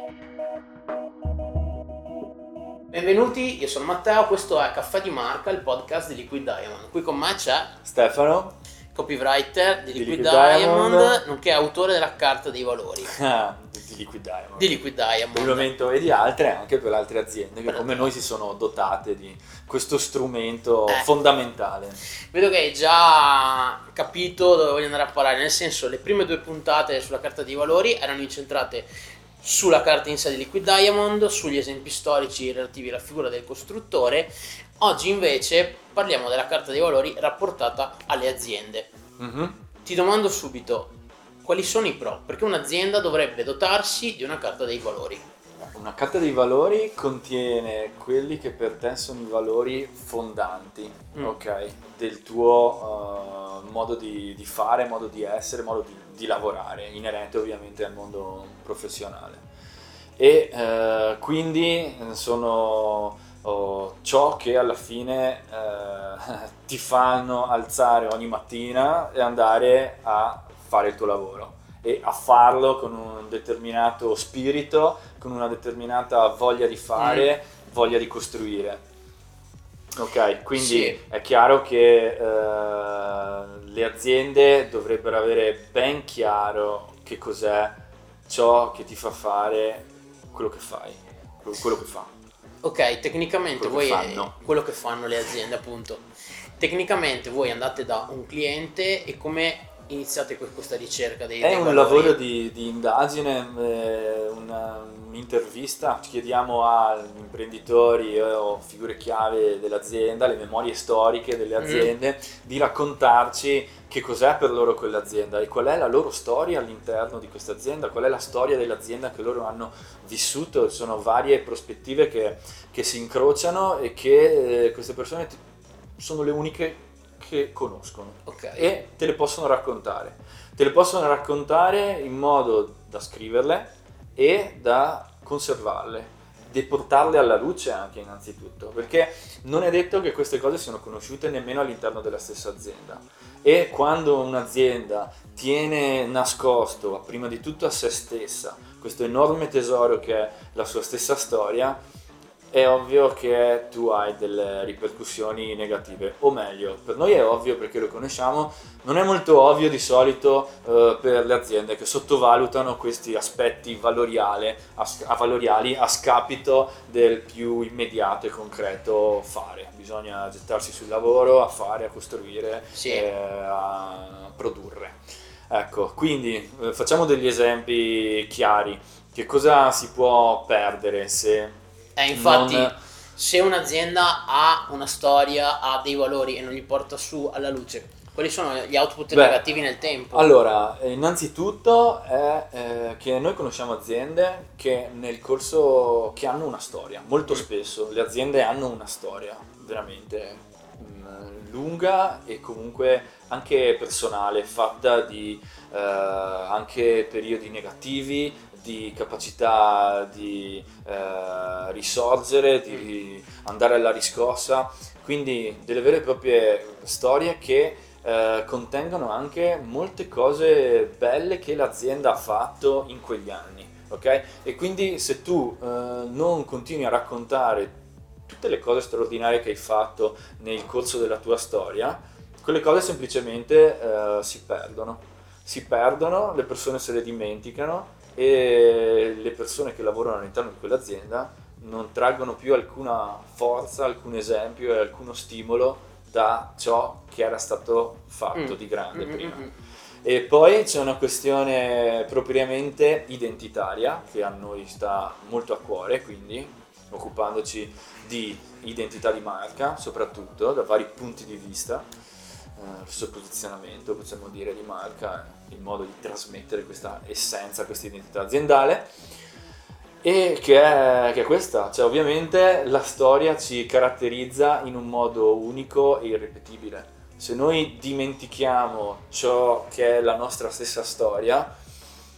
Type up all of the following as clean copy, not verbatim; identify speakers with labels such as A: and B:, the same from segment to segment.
A: Benvenuti, io sono Matteo, questo è Caffè di Marca, il podcast di Liquid Diamond. Qui con me c'è
B: Stefano,
A: copywriter di Liquid
B: Liquid
A: Diamond,
B: Diamond,
A: nonché autore della carta dei valori
B: di Liquid Diamond.
A: di Liquid Diamond.
B: Per il momento e di altre, anche per le altre aziende che
A: Per
B: come
A: altre.
B: noi si sono dotate di questo strumento fondamentale.
A: Vedo che hai già capito dove voglio andare a parare, nel senso le prime 2 puntate sulla carta dei valori erano incentrate sulla carta in sé di Liquid Diamond, sugli esempi storici relativi alla figura del costruttore. Oggi invece parliamo della carta dei valori rapportata alle aziende. Ti domando subito, quali sono i pro? Perché un'azienda dovrebbe dotarsi di una carta dei valori?
B: Una carta dei valori contiene quelli che per te sono i valori fondanti, ok? Del tuo modo di fare, modo di essere, modo di lavorare, inerente ovviamente al mondo professionale. E quindi sono ciò che alla fine ti fanno alzare ogni mattina e andare a fare il tuo lavoro e a farlo con un determinato spirito, con una determinata voglia di fare, voglia di costruire. Ok, quindi
A: Sì.
B: è chiaro che le aziende dovrebbero avere ben chiaro che cos'è ciò che ti fa fare quello che fai, quello che fa.
A: Ok, tecnicamente
B: Quello che
A: voi
B: fanno.
A: quello che fanno le aziende, appunto. Tecnicamente voi andate da un cliente e come iniziate questa ricerca dei
B: È
A: dei
B: un
A: valori?
B: lavoro di indagine, un'intervista, chiediamo a imprenditori o figure chiave dell'azienda, le memorie storiche delle aziende, di raccontarci che cos'è per loro quell'azienda e qual è la loro storia all'interno di questa azienda, qual è la storia dell'azienda che loro hanno vissuto. Sono varie prospettive che si incrociano e che queste persone sono le uniche che conoscono.
A: Ok.
B: E te le possono raccontare. Te le possono raccontare in modo da scriverle e da conservarle, di portarle alla luce anche innanzitutto, perché non è detto che queste cose siano conosciute nemmeno all'interno della stessa azienda. E quando un'azienda tiene nascosto, prima di tutto a se stessa, questo enorme tesoro che è la sua stessa storia, è ovvio che tu hai delle ripercussioni negative, o meglio, per noi è ovvio perché lo conosciamo, non è molto ovvio di solito per le aziende che sottovalutano questi aspetti valoriali a scapito del più immediato e concreto fare. Bisogna gettarsi sul lavoro, a fare, a costruire,
A: Sì.
B: a produrre. Ecco, quindi facciamo degli esempi chiari. Che cosa si può perdere se
A: Infatti,
B: non-
A: se un'azienda ha una storia, ha dei valori e non li porta su alla luce, quali sono gli output negativi nel tempo?
B: Allora, innanzitutto è che noi conosciamo aziende che nel corso che hanno una storia. Molto spesso le aziende hanno una storia veramente lunga e comunque anche personale, fatta di anche periodi negativi, di capacità di risorgere, di andare alla riscossa, quindi delle vere e proprie storie che contengono anche molte cose belle che l'azienda ha fatto in quegli anni, ok? E quindi se tu non continui a raccontare tutte le cose straordinarie che hai fatto nel corso della tua storia, quelle cose semplicemente si perdono, le persone se le dimenticano e le persone che lavorano all'interno di quell'azienda non traggono più alcuna forza, alcun esempio e alcuno stimolo da ciò che era stato fatto di grande prima. E poi c'è una questione propriamente identitaria che a noi sta molto a cuore, quindi occupandoci di identità di marca, soprattutto da vari punti di vista, il suo posizionamento, possiamo dire, di marca, il modo di trasmettere questa essenza, questa identità aziendale. E che è questa, cioè ovviamente la storia ci caratterizza in un modo unico e irripetibile. Se noi dimentichiamo ciò che è la nostra stessa storia,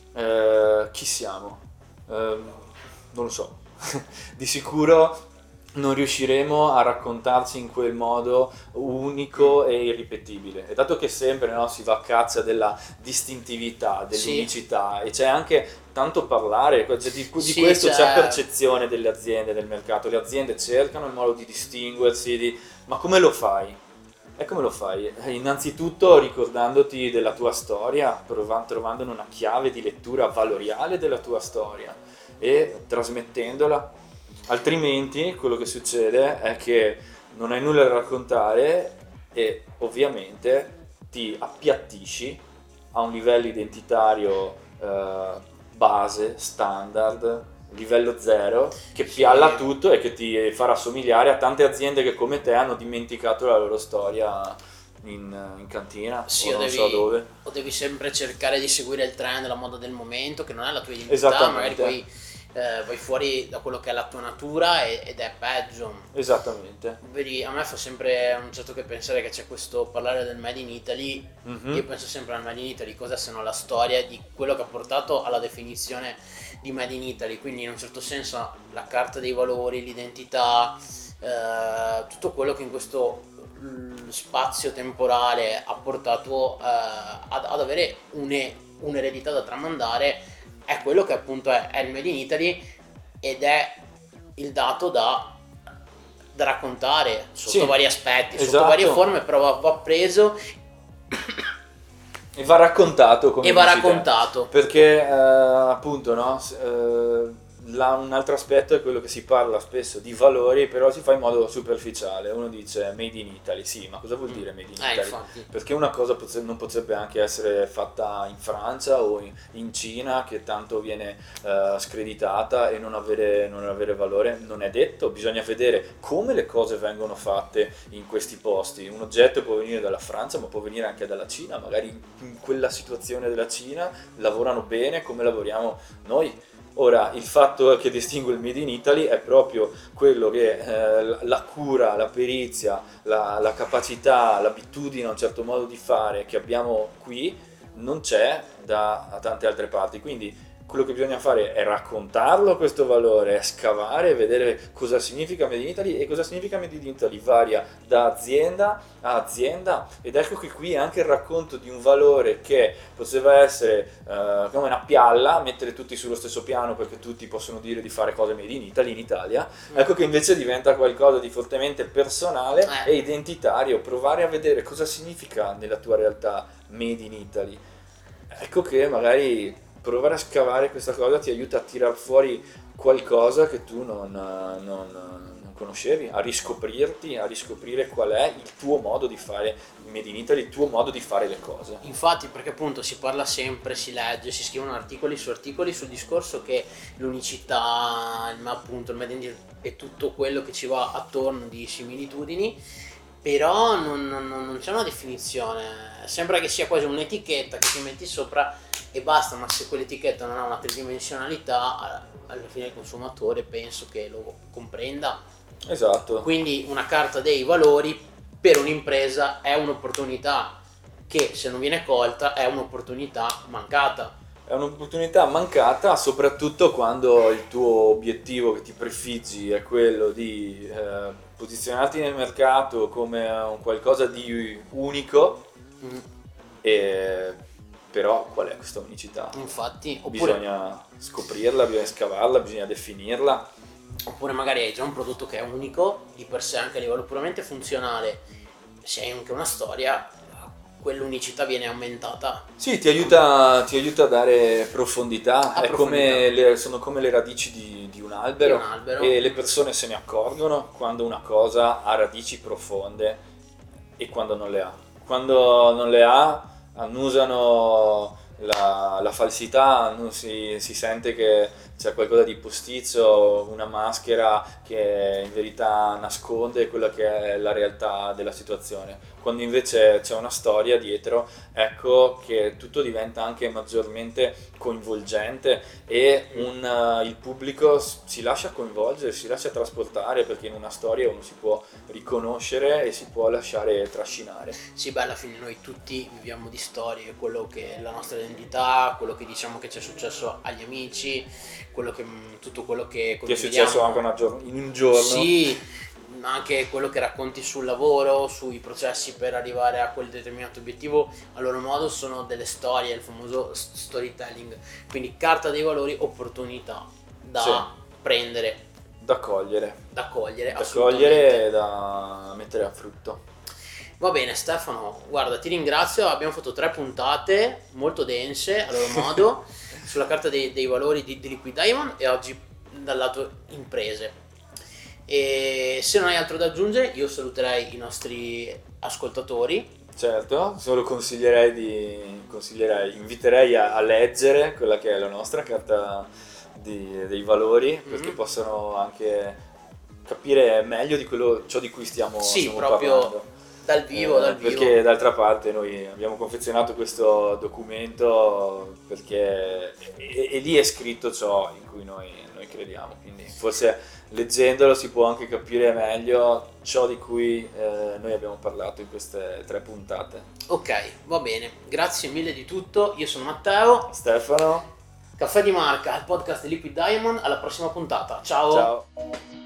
B: chi siamo? Non lo so. Di sicuro non riusciremo a raccontarci in quel modo unico e irripetibile. E dato che sempre, no, si va a caccia della distintività, dell'unicità, e c'è anche tanto parlare, cioè di questo c'è percezione delle aziende, del mercato. Le aziende cercano il modo di distinguersi, ma come lo fai? E come lo fai? Innanzitutto ricordandoti della tua storia, trovandone una chiave di lettura valoriale della tua storia e trasmettendola. Altrimenti quello che succede è che non hai nulla da raccontare e ovviamente ti appiattisci a un livello identitario base, standard, livello zero, che pialla tutto e che ti farà somigliare a tante aziende che come te hanno dimenticato la loro storia in cantina o non so dove.
A: O devi sempre cercare di seguire il trend, la moda del momento, che non è la tua identità, magari poi vai fuori da quello che è la tua natura ed è peggio.
B: Esattamente.
A: Vedi, a me fa sempre un certo che pensare che c'è questo parlare del Made in Italy. Io penso sempre al Made in Italy, cosa se non la storia di quello che ha portato alla definizione di Made in Italy, quindi in un certo senso la carta dei valori, l'identità, tutto quello che in questo spazio temporale ha portato ad avere un'eredità da tramandare, è quello che appunto è il Made in Italy ed è il dato da raccontare sotto vari aspetti, sotto varie forme, però va preso
B: e va raccontato come
A: raccontato.
B: Perché appunto, no? Un altro aspetto è quello che si parla spesso di valori, però si fa in modo superficiale. Uno dice Made in Italy, sì, ma cosa vuol dire Made in Italy?
A: Infatti.
B: Perché una cosa non potrebbe anche essere fatta in Francia o in Cina, che tanto viene screditata e non avere valore? Non è detto, bisogna vedere come le cose vengono fatte in questi posti. Un oggetto può venire dalla Francia, ma può venire anche dalla Cina, magari in quella situazione della Cina lavorano bene come lavoriamo noi. Ora, il fatto che distingue il Made in Italy è proprio quello che la cura, la perizia, la capacità, l'abitudine a un certo modo di fare che abbiamo qui non c'è da tante altre parti. Quindi quello che bisogna fare è raccontarlo questo valore, è scavare, vedere cosa significa Made in Italy, e cosa significa Made in Italy varia da azienda a azienda, ed ecco che qui anche il racconto di un valore che poteva essere come una pialla, mettere tutti sullo stesso piano perché tutti possono dire di fare cose Made in Italy in Italia, ecco che invece diventa qualcosa di fortemente personale e identitario, provare a vedere cosa significa nella tua realtà Made in Italy. Ecco che magari provare a scavare questa cosa ti aiuta a tirar fuori qualcosa che tu non conoscevi, a riscoprirti, a riscoprire qual è il tuo modo di fare Made in Italy, il tuo modo di fare le cose.
A: Infatti, perché appunto si parla sempre, si legge, si scrivono articoli sul discorso che l'unicità, appunto il Made in Italy e tutto quello che ci va attorno di similitudini, però non c'è una definizione, sembra che sia quasi un'etichetta che ti metti sopra e basta, ma se quell'etichetta non ha una tridimensionalità, alla fine il consumatore penso che lo comprenda.
B: Esatto.
A: Quindi una carta dei valori per un'impresa è un'opportunità che, se non viene colta, è un'opportunità mancata.
B: È un'opportunità mancata soprattutto quando il tuo obiettivo che ti prefiggi è quello di posizionarti nel mercato come un qualcosa di unico, e però qual è questa unicità?
A: Infatti,
B: bisogna scoprirla, bisogna scavarla, bisogna definirla.
A: Oppure magari hai già un prodotto che è unico di per sé anche a livello puramente funzionale, se hai anche una storia, quell'unicità viene aumentata.
B: Sì, ti aiuta a dare profondità, sono come le radici di un albero, e le persone se ne accorgono quando una cosa ha radici profonde e quando non le ha. Quando non le ha, annusano la falsità, si sente che c'è qualcosa di posticcio, una maschera che in verità nasconde quella che è la realtà della situazione. quando invece c'è una storia dietro, ecco che tutto diventa anche maggiormente coinvolgente e il pubblico si lascia coinvolgere, si lascia trasportare, perché in una storia uno si può riconoscere e si può lasciare trascinare.
A: Sì, beh, alla fine noi tutti viviamo di storie, quello che è la nostra identità, quello che diciamo che ci è successo agli amici, tutto quello che
B: Ti è successo anche in un giorno?
A: Sì, anche quello che racconti sul lavoro, sui processi per arrivare a quel determinato obiettivo, a loro modo sono delle storie, il famoso storytelling. Quindi carta dei valori, opportunità da prendere,
B: da cogliere
A: assolutamente.
B: e da mettere a frutto.
A: Va bene Stefano, guarda, ti ringrazio, abbiamo fatto 3 puntate molto dense a loro modo sulla carta dei valori di Liquid Diamond e oggi dal lato imprese. E se non hai altro da aggiungere, io saluterei i nostri ascoltatori.
B: Certo, solo inviterei a leggere quella che è la nostra carta dei valori, perché possono anche capire meglio di ciò di cui stiamo
A: proprio
B: parlando.
A: Dal vivo.
B: Perché d'altra parte noi abbiamo confezionato questo documento perché e lì è scritto ciò in cui noi crediamo, quindi forse leggendolo si può anche capire meglio ciò di cui noi abbiamo parlato in queste 3 puntate.
A: Ok, va bene, grazie mille di tutto, io sono Matteo.
B: Stefano.
A: Caffè di Marca, il podcast di Liquid Diamond, alla prossima puntata, ciao!
B: Ciao!